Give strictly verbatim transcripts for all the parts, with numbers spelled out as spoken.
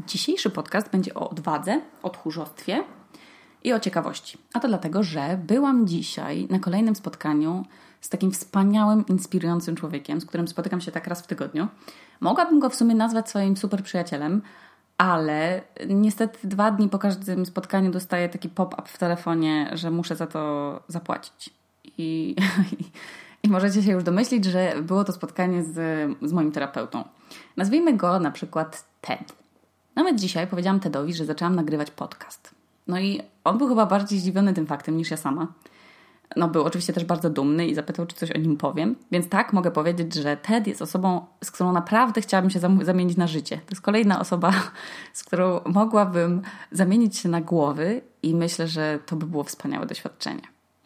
Dzisiejszy podcast będzie o odwadze, o tchórzostwie i o ciekawości. A to dlatego, że byłam dzisiaj na kolejnym spotkaniu z takim wspaniałym, inspirującym człowiekiem, z którym spotykam się tak raz w tygodniu. Mogłabym go w sumie nazwać swoim super przyjacielem, ale niestety dwa dni po każdym spotkaniu dostaję taki pop-up w telefonie, że muszę za to zapłacić. I, i możecie się już domyślić, że było to spotkanie z, z moim terapeutą. Nazwijmy go na przykład Ted. Nawet dzisiaj powiedziałam Tedowi, że zaczęłam nagrywać podcast. No i on był chyba bardziej zdziwiony tym faktem niż ja sama. No był oczywiście też bardzo dumny i zapytał, czy coś o nim powiem. Więc tak, mogę powiedzieć, że Ted jest osobą, z którą naprawdę chciałabym się zamienić na życie. To jest kolejna osoba, z którą mogłabym zamienić się na głowy i myślę, że to by było wspaniałe doświadczenie.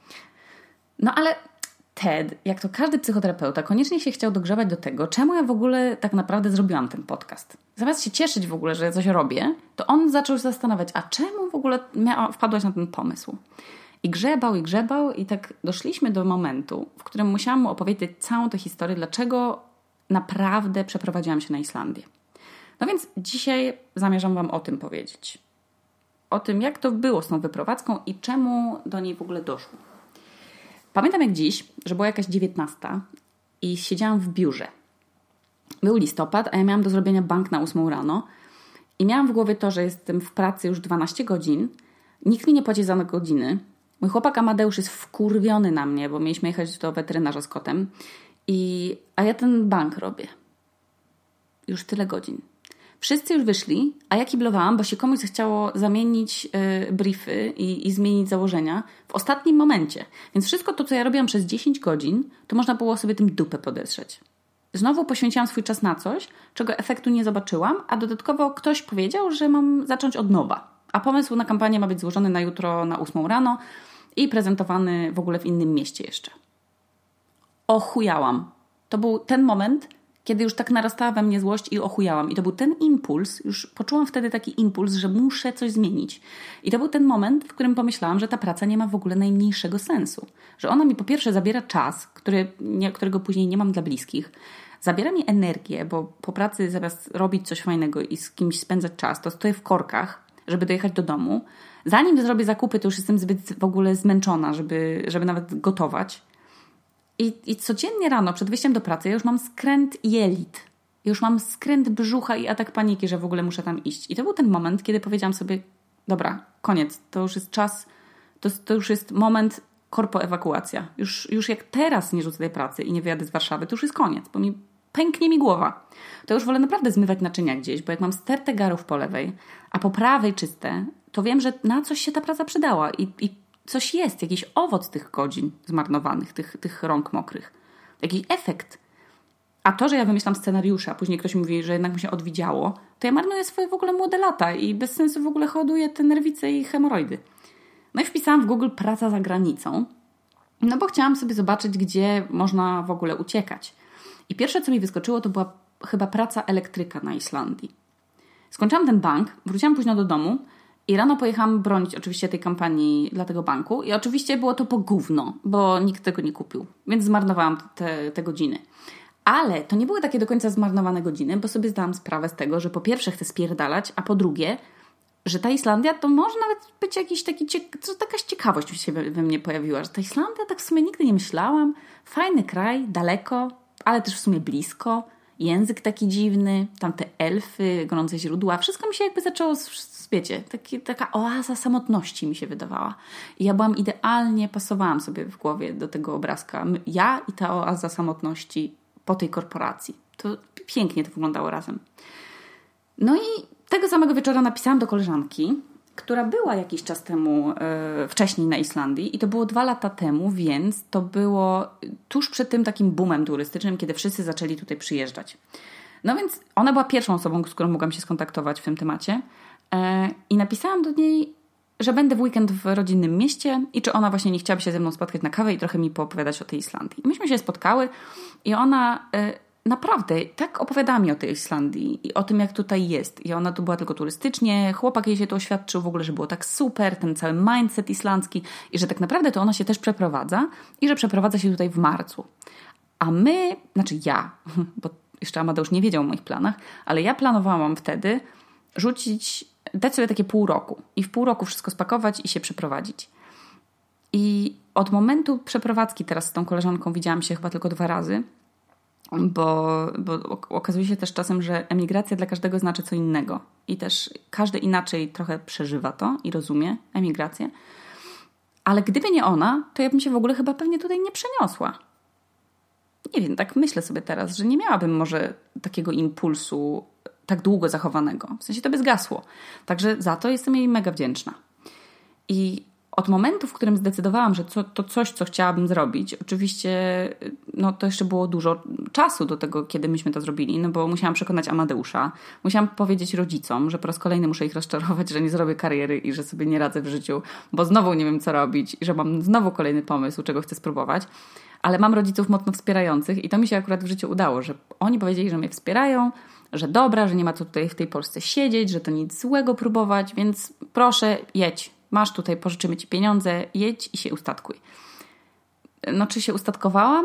No ale Ted, jak to każdy psychoterapeuta, koniecznie się chciał dogrzewać do tego, czemu ja w ogóle tak naprawdę zrobiłam ten podcast. Zamiast się cieszyć w ogóle, że coś robię, to on zaczął się zastanawiać, a czemu w ogóle miała, wpadłaś na ten pomysł? I grzebał, i grzebał i tak doszliśmy do momentu, w którym musiałam mu opowiedzieć całą tę historię, dlaczego naprawdę przeprowadziłam się na Islandię. No więc dzisiaj zamierzam Wam o tym powiedzieć. O tym, jak to było z tą wyprowadzką i czemu do niej w ogóle doszło. Pamiętam jak dziś, że była jakaś dziewiętnasta i siedziałam w biurze. Był listopad, a ja miałam do zrobienia bank na ósmą rano i miałam w głowie to, że jestem w pracy już dwanaście godzin, nikt mi nie płaci za godziny. Mój chłopak Amadeusz jest wkurwiony na mnie, bo mieliśmy jechać do weterynarza z kotem, i, a ja ten bank robię. Już tyle godzin. Wszyscy już wyszli, a ja kiblowałam, bo się komuś chciało zamienić yy, briefy i, i zmienić założenia w ostatnim momencie. Więc wszystko to, co ja robiłam przez dziesięć godzin, to można było sobie tym dupę podesrzeć. Znowu poświęciłam swój czas na coś, czego efektu nie zobaczyłam, a dodatkowo ktoś powiedział, że mam zacząć od nowa. A pomysł na kampanię ma być złożony na jutro na ósmą rano i prezentowany w ogóle w innym mieście jeszcze. Ochujałam. To był ten moment, kiedy już tak narastała we mnie złość i ochujałam. I to był ten impuls, już poczułam wtedy taki impuls, że muszę coś zmienić. I to był ten moment, w którym pomyślałam, że ta praca nie ma w ogóle najmniejszego sensu. Że ona mi po pierwsze zabiera czas, który, nie, którego później nie mam dla bliskich. Zabiera mi energię, bo po pracy zamiast robić coś fajnego i z kimś spędzać czas, to stoję w korkach, żeby dojechać do domu. Zanim zrobię zakupy, to już jestem zbyt w ogóle zmęczona, żeby, żeby nawet gotować. I, I codziennie rano przed wyjściem do pracy ja już mam skręt jelit. Już mam skręt brzucha i atak paniki, że w ogóle muszę tam iść. I to był ten moment, kiedy powiedziałam sobie, dobra, koniec, to już jest czas, to, to już jest moment korpo ewakuacja. Już, już jak teraz nie rzucę tej pracy i nie wyjadę z Warszawy, to już jest koniec, bo mi pęknie mi głowa. To już wolę naprawdę zmywać naczynia gdzieś, bo jak mam stertę garów po lewej, a po prawej czyste, to wiem, że na coś się ta praca przydała i, i coś jest, jakiś owoc tych godzin zmarnowanych, tych, tych rąk mokrych. Jakiś efekt. A to, że ja wymyślam scenariusze, a później ktoś mówi, że jednak mu się odwidziało, to ja marnuję swoje w ogóle młode lata i bez sensu w ogóle hoduję te nerwice i hemoroidy. No i wpisałam w Google praca za granicą, no bo chciałam sobie zobaczyć, gdzie można w ogóle uciekać. I pierwsze, co mi wyskoczyło, to była chyba praca elektryka na Islandii. Skończyłam ten bank, wróciłam późno do domu i rano pojechałam bronić oczywiście tej kampanii dla tego banku i oczywiście było to po gówno, bo nikt tego nie kupił, więc zmarnowałam te, te godziny. Ale to nie były takie do końca zmarnowane godziny, bo sobie zdałam sprawę z tego, że po pierwsze chcę spierdalać, a po drugie, że ta Islandia to może nawet być jakiś taki, co jakaś ciekawość się we, we mnie pojawiła, że ta Islandia tak w sumie nigdy nie myślałam. Fajny kraj, daleko, ale też w sumie blisko. Język taki dziwny, tam te elfy, gorące źródła. Wszystko mi się jakby zaczęło, wiecie, taki, taka oaza samotności mi się wydawała. I ja byłam idealnie, pasowałam sobie w głowie do tego obrazka. Ja i ta oaza samotności po tej korporacji. To pięknie to wyglądało razem. No i tego samego wieczora napisałam do koleżanki, która była jakiś czas temu yy, wcześniej na Islandii i to było dwa lata temu, więc to było tuż przed tym takim boomem turystycznym, kiedy wszyscy zaczęli tutaj przyjeżdżać. No więc ona była pierwszą osobą, z którą mogłam się skontaktować w tym temacie yy, i napisałam do niej, że będę w weekend w rodzinnym mieście i czy ona właśnie nie chciałaby się ze mną spotkać na kawę i trochę mi poopowiadać o tej Islandii. I myśmy się spotkały i ona... Yy, Naprawdę, tak opowiadała mi o tej Islandii i o tym, jak tutaj jest. I ona tu była tylko turystycznie, chłopak jej się to oświadczył w ogóle, że było tak super, ten cały mindset islandzki i że tak naprawdę to ona się też przeprowadza i że przeprowadza się tutaj w marcu. A my, znaczy ja, bo jeszcze Amadeusz nie wiedział o moich planach, ale ja planowałam wtedy rzucić, dać sobie takie pół roku i w pół roku wszystko spakować i się przeprowadzić. I od momentu przeprowadzki teraz z tą koleżanką widziałam się chyba tylko dwa razy, bo, bo okazuje się też czasem, że emigracja dla każdego znaczy co innego i też każdy inaczej trochę przeżywa to i rozumie emigrację. Ale gdyby nie ona, to ja bym się w ogóle chyba pewnie tutaj nie przeniosła. Nie wiem, tak myślę sobie teraz, że nie miałabym może takiego impulsu tak długo zachowanego. W sensie to by zgasło. Także za to jestem jej mega wdzięczna. I od momentu, w którym zdecydowałam, że co, to coś, co chciałabym zrobić, oczywiście no to jeszcze było dużo czasu do tego, kiedy myśmy to zrobili, no bo musiałam przekonać Amadeusza, musiałam powiedzieć rodzicom, że po raz kolejny muszę ich rozczarować, że nie zrobię kariery i że sobie nie radzę w życiu, bo znowu nie wiem, co robić i że mam znowu kolejny pomysł, czego chcę spróbować. Ale mam rodziców mocno wspierających i to mi się akurat w życiu udało, że oni powiedzieli, że mnie wspierają, że dobra, że nie ma co tutaj w tej Polsce siedzieć, że to nic złego próbować, więc proszę, jedź. Masz tutaj, pożyczymy ci pieniądze, jedź i się ustatkuj. No, czy się ustatkowałam?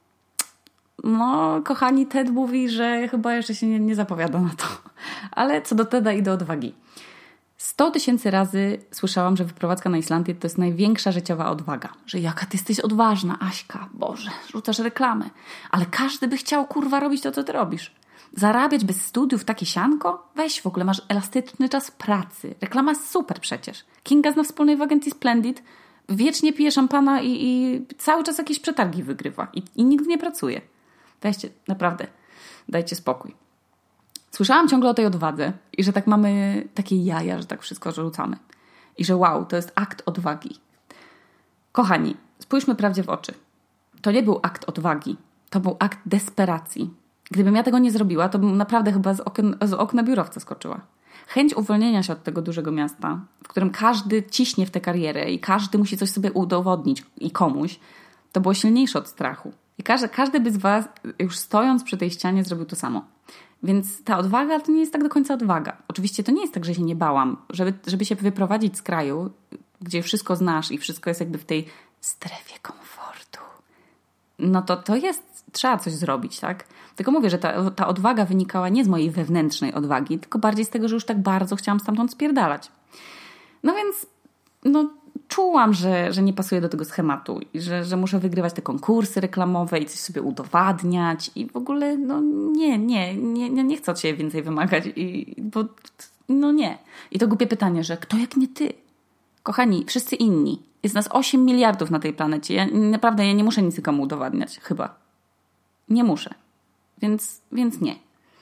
No, kochani, Ted mówi, że chyba jeszcze się nie, nie zapowiada na to. Ale co do Teda i do odwagi. Sto tysięcy razy słyszałam, że wyprowadzka na Islandię to jest największa życiowa odwaga. Że jaka ty jesteś odważna, Aśka, Boże, rzucasz reklamę. Ale każdy by chciał, kurwa, robić to, co ty robisz. Zarabiać bez studiów takie sianko? Weź, w ogóle masz elastyczny czas pracy. Reklama jest super przecież. Kinga zna wspólnej w agencji Splendid, wiecznie pije szampana i, i cały czas jakieś przetargi wygrywa. I, i nigdy nie pracuje. Weźcie, naprawdę, dajcie spokój. Słyszałam ciągle o tej odwadze i że tak mamy takie jaja, że tak wszystko rzucamy. I że wow, to jest akt odwagi. Kochani, spójrzmy prawdzie w oczy. To nie był akt odwagi. To był akt desperacji. Gdybym ja tego nie zrobiła, to bym naprawdę chyba z, okien, z okna biurowca skoczyła. Chęć uwolnienia się od tego dużego miasta, w którym każdy ciśnie w tę karierę i każdy musi coś sobie udowodnić i komuś, to było silniejsze od strachu. I każdy, każdy by z was, już stojąc przy tej ścianie, zrobił to samo. Więc ta odwaga to nie jest tak do końca odwaga. Oczywiście to nie jest tak, że się nie bałam. Żeby, żeby się wyprowadzić z kraju, gdzie wszystko znasz i wszystko jest jakby w tej strefie komfortu, no to to jest, trzeba coś zrobić, tak? Tylko mówię, że ta, ta odwaga wynikała nie z mojej wewnętrznej odwagi, tylko bardziej z tego, że już tak bardzo chciałam stamtąd spierdalać. No więc no, czułam, że, że nie pasuje do tego schematu i że, że muszę wygrywać te konkursy reklamowe i coś sobie udowadniać i w ogóle no nie, nie, nie, nie chcę od siebie więcej wymagać, i, bo no nie. I to głupie pytanie, że kto jak nie ty? Kochani, wszyscy inni. Jest nas osiem miliardów na tej planecie. Ja, naprawdę ja nie muszę nic nikomu udowadniać. Chyba. Nie muszę. Więc, więc nie.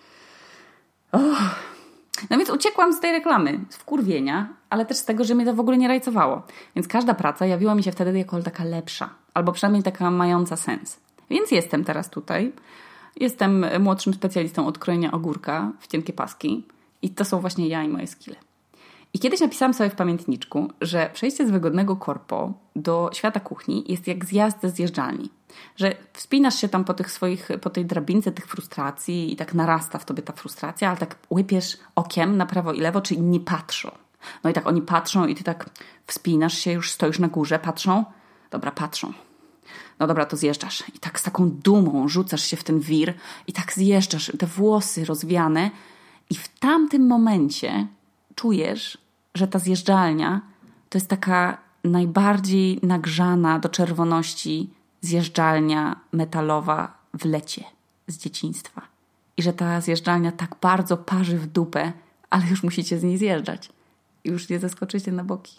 Oh. No więc uciekłam z tej reklamy, z wkurwienia, ale też z tego, że mnie to w ogóle nie rajcowało. Więc każda praca jawiła mi się wtedy jako taka lepsza, albo przynajmniej taka mająca sens. Więc jestem teraz tutaj. Jestem młodszym specjalistą od krojenia ogórka w cienkie paski i to są właśnie ja i moje skille. I kiedyś napisałam sobie w pamiętniczku, że przejście z wygodnego korpo do świata kuchni jest jak zjazd ze zjeżdżalni. Że wspinasz się tam po tych swoich, po tej drabince tych frustracji i tak narasta w tobie ta frustracja, ale tak łypiesz okiem na prawo i lewo, czy inni patrzą. No i tak oni patrzą i ty tak wspinasz się, już stoisz na górze, patrzą. Dobra, patrzą. No dobra, to zjeżdżasz. I tak z taką dumą rzucasz się w ten wir i tak zjeżdżasz, te włosy rozwiane i w tamtym momencie czujesz, że ta zjeżdżalnia to jest taka najbardziej nagrzana do czerwoności zjeżdżalnia metalowa w lecie z dzieciństwa. I że ta zjeżdżalnia tak bardzo parzy w dupę, ale już musicie z niej zjeżdżać. I już nie zaskoczycie na boki.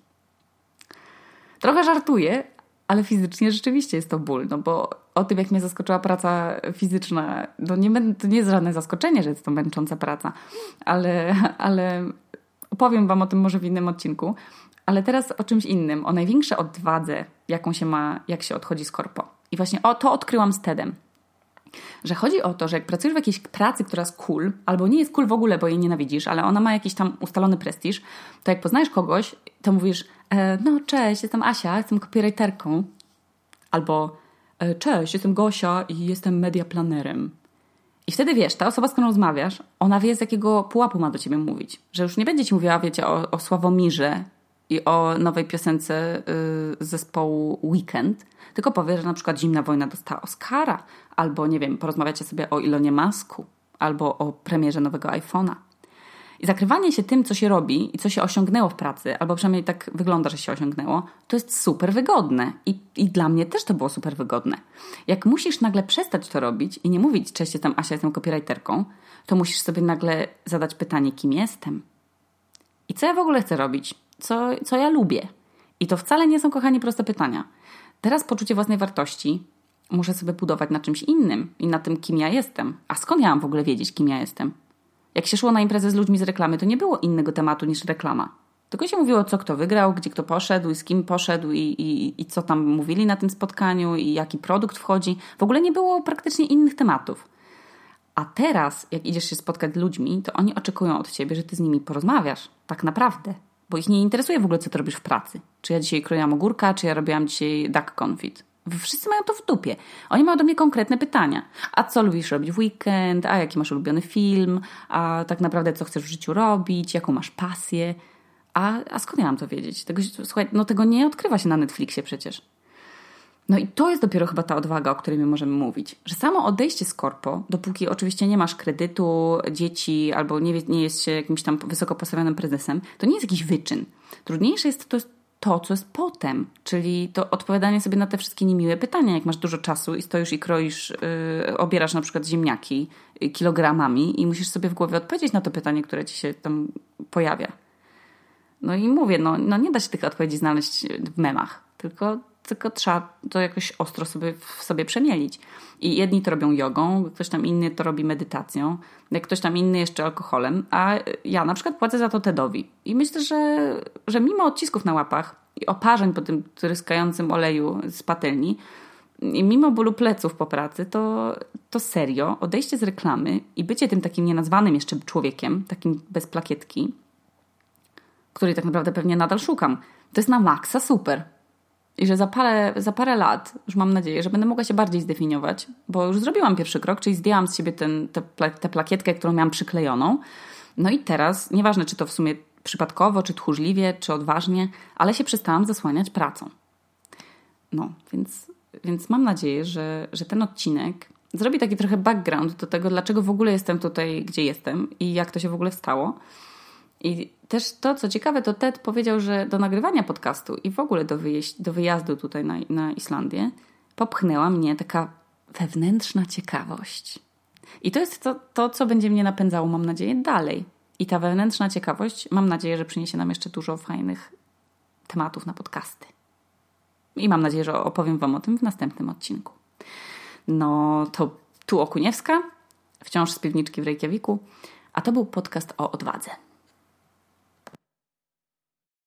Trochę żartuję, ale fizycznie rzeczywiście jest to ból, no bo o tym, jak mnie zaskoczyła praca fizyczna, no nie, to nie jest żadne zaskoczenie, że jest to męcząca praca, ale, ale opowiem wam o tym może w innym odcinku. Ale teraz o czymś innym, o największej odwadze, jaką się ma, jak się odchodzi z korpo. I właśnie o, to odkryłam z Tedem. Że chodzi o to, że jak pracujesz w jakiejś pracy, która jest cool, albo nie jest cool w ogóle, bo jej nienawidzisz, ale ona ma jakiś tam ustalony prestiż, to jak poznajesz kogoś, to mówisz, e, no cześć, jestem Asia, jestem copywriterką. Albo e, cześć, jestem Gosia i jestem mediaplanerem. I wtedy wiesz, ta osoba, z którą rozmawiasz, ona wie, z jakiego pułapu ma do ciebie mówić. Że już nie będzie ci mówiła, wiecie, o, o Sławomirze i o nowej piosence y, zespołu Weekend, tylko powie, że na przykład Zimna Wojna dostała Oscara, albo nie wiem, porozmawiacie sobie o Elonie Musku, albo o premierze nowego iPhone'a. I zakrywanie się tym, co się robi i co się osiągnęło w pracy, albo przynajmniej tak wygląda, że się osiągnęło, to jest super wygodne. I, i dla mnie też to było super wygodne. Jak musisz nagle przestać to robić i nie mówić, cześć, jestem Asia, jestem copywriterką, to musisz sobie nagle zadać pytanie, kim jestem? I co ja w ogóle chcę robić? Co, co ja lubię? I to wcale nie są, kochani, proste pytania. Teraz poczucie własnej wartości muszę sobie budować na czymś innym i na tym, kim ja jestem. A skąd ja mam w ogóle wiedzieć, kim ja jestem? Jak się szło na imprezę z ludźmi z reklamy, to nie było innego tematu niż reklama. Tylko się mówiło, co kto wygrał, gdzie kto poszedł i z kim poszedł i, i, i co tam mówili na tym spotkaniu i jaki produkt wchodzi. W ogóle nie było praktycznie innych tematów. A teraz, jak idziesz się spotkać z ludźmi, to oni oczekują od ciebie, że ty z nimi porozmawiasz. Tak naprawdę. Bo ich nie interesuje w ogóle, co ty robisz w pracy. Czy ja dzisiaj kroiłam ogórka, czy ja robiłam dzisiaj duck confit. Wszyscy mają to w dupie. Oni mają do mnie konkretne pytania. A co lubisz robić w weekend? A jaki masz ulubiony film? A tak naprawdę co chcesz w życiu robić? Jaką masz pasję? A, a skąd ja mam to wiedzieć? Tego, słuchaj, no tego nie odkrywa się na Netflixie przecież. No i to jest dopiero chyba ta odwaga, o której my możemy mówić. Że samo odejście z korpo, dopóki oczywiście nie masz kredytu, dzieci albo nie, nie jest się jakimś tam wysoko postawionym prezesem, to nie jest jakiś wyczyn. Trudniejsze jest to, to, co jest potem, czyli to odpowiadanie sobie na te wszystkie niemiłe pytania, jak masz dużo czasu i stoisz i kroisz, yy, obierasz na przykład ziemniaki yy, kilogramami i musisz sobie w głowie odpowiedzieć na to pytanie, które ci się tam pojawia. No i mówię, no, no nie da się tych odpowiedzi znaleźć w memach, tylko, tylko trzeba to jakoś ostro sobie w sobie przemielić. I jedni to robią jogą, ktoś tam inny to robi medytacją, jak ktoś tam inny jeszcze alkoholem, a ja na przykład płacę za to TEDowi. I myślę, że, że mimo odcisków na łapach i oparzeń po tym tryskającym oleju z patelni i mimo bólu pleców po pracy, to, to serio odejście z reklamy i bycie tym takim nienazwanym jeszcze człowiekiem, takim bez plakietki, której tak naprawdę pewnie nadal szukam, to jest na maksa super. I że za parę, za parę lat, już mam nadzieję, że będę mogła się bardziej zdefiniować, bo już zrobiłam pierwszy krok, czyli zdjęłam z siebie ten, tę te plakietkę, którą miałam przyklejoną. No i teraz, nieważne czy to w sumie przypadkowo, czy tchórzliwie, czy odważnie, ale się przestałam zasłaniać pracą. No, więc, więc mam nadzieję, że, że ten odcinek zrobi taki trochę background do tego, dlaczego w ogóle jestem tutaj, gdzie jestem i jak to się w ogóle stało. I też to, co ciekawe, to Ted powiedział, że do nagrywania podcastu i w ogóle do, wyjeźd- do wyjazdu tutaj na, na Islandię popchnęła mnie taka wewnętrzna ciekawość. I to jest to, to, co będzie mnie napędzało, mam nadzieję, dalej. I ta wewnętrzna ciekawość, mam nadzieję, że przyniesie nam jeszcze dużo fajnych tematów na podcasty. I mam nadzieję, że opowiem wam o tym w następnym odcinku. No to tu Okuniewska, wciąż z piwniczki w Reykjaviku, a to był podcast o odwadze.